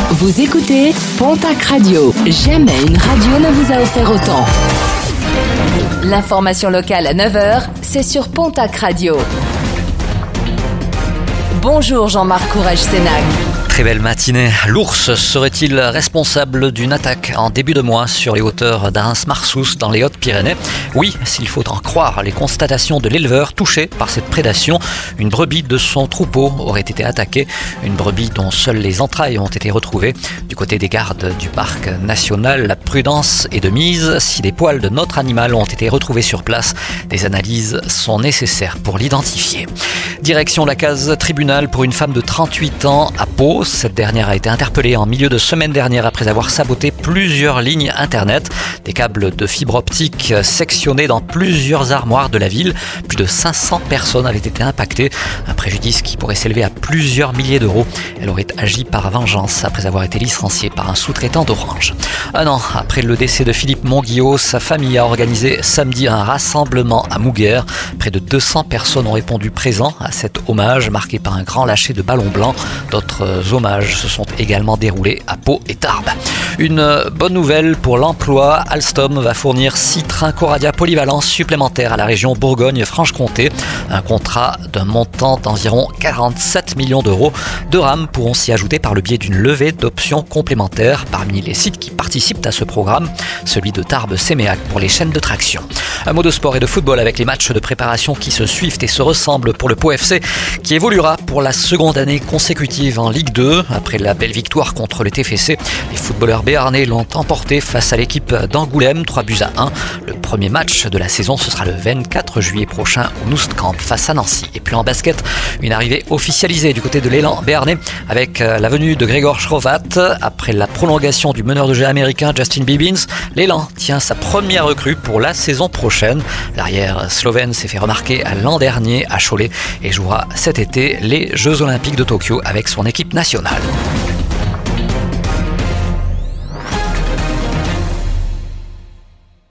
Vous écoutez Pontac Radio. Jamais une radio ne vous a offert autant. L'information locale à 9h, c'est sur Pontac Radio. Bonjour Jean-Marc Courage-Sénac. Très belle matinée. L'ours serait-il responsable d'une attaque en début de mois sur les hauteurs d'Arens-Marsous dans les Hautes-Pyrénées ? Oui, s'il faut en croire les constatations de l'éleveur touché par cette prédation. Une brebis de son troupeau aurait été attaquée. Une brebis dont seules les entrailles ont été retrouvées. Du côté des gardes du parc national, la prudence est de mise. Si les poils de notre animal ont été retrouvés sur place, des analyses sont nécessaires pour l'identifier. Direction la case tribunal pour une femme de 38 ans à Pau. Cette dernière a été interpellée en milieu de semaine dernière après avoir saboté plusieurs lignes internet. Des câbles de fibre optique sectionnés dans plusieurs armoires de la ville. Plus de 500 personnes avaient été impactées. Un préjudice qui pourrait s'élever à plusieurs milliers d'euros. Elle aurait agi par vengeance après avoir été licenciée par un sous-traitant d'Orange. Un an après le décès de Philippe Monguillot, sa famille a organisé samedi un rassemblement à Mouguère. Près de 200 personnes ont répondu présents à cet hommage marqué par un grand lâcher de ballons blancs. D'autres hommages se sont également déroulés à Pau et Tarbes. Une bonne nouvelle pour l'emploi, Alstom va fournir 6 trains Coradia polyvalents supplémentaires à la région Bourgogne-Franche-Comté. Un contrat d'un montant d'environ 47 millions d'euros. 2 rames pourront s'y ajouter par le biais d'une levée d'options complémentaires parmi les sites qui participent à ce programme, celui de Tarbes-Séméac pour les chaînes de traction. Un mot de sport et de football avec les matchs de préparation qui se suivent et se ressemblent pour le Pau FC qui évoluera pour la seconde année consécutive en Ligue 2. Après la belle victoire contre le TFC, les footballeurs béarnais l'ont emporté face à l'équipe d'Angoulême, 3-1. Le premier match de la saison, ce sera le 24 juillet prochain au Noustkamp face à Nancy. Et puis en basket, une arrivée officialisée du côté de l'élan béarnais avec la venue de Gregor Schrovat. Après la prolongation du meneur de jeu américain Justin Bibbins, l'élan tient sa première recrue pour la saison prochaine. L'arrière slovène s'est fait remarquer l'an dernier à Cholet et jouera cet été les Jeux Olympiques de Tokyo avec son équipe nationale.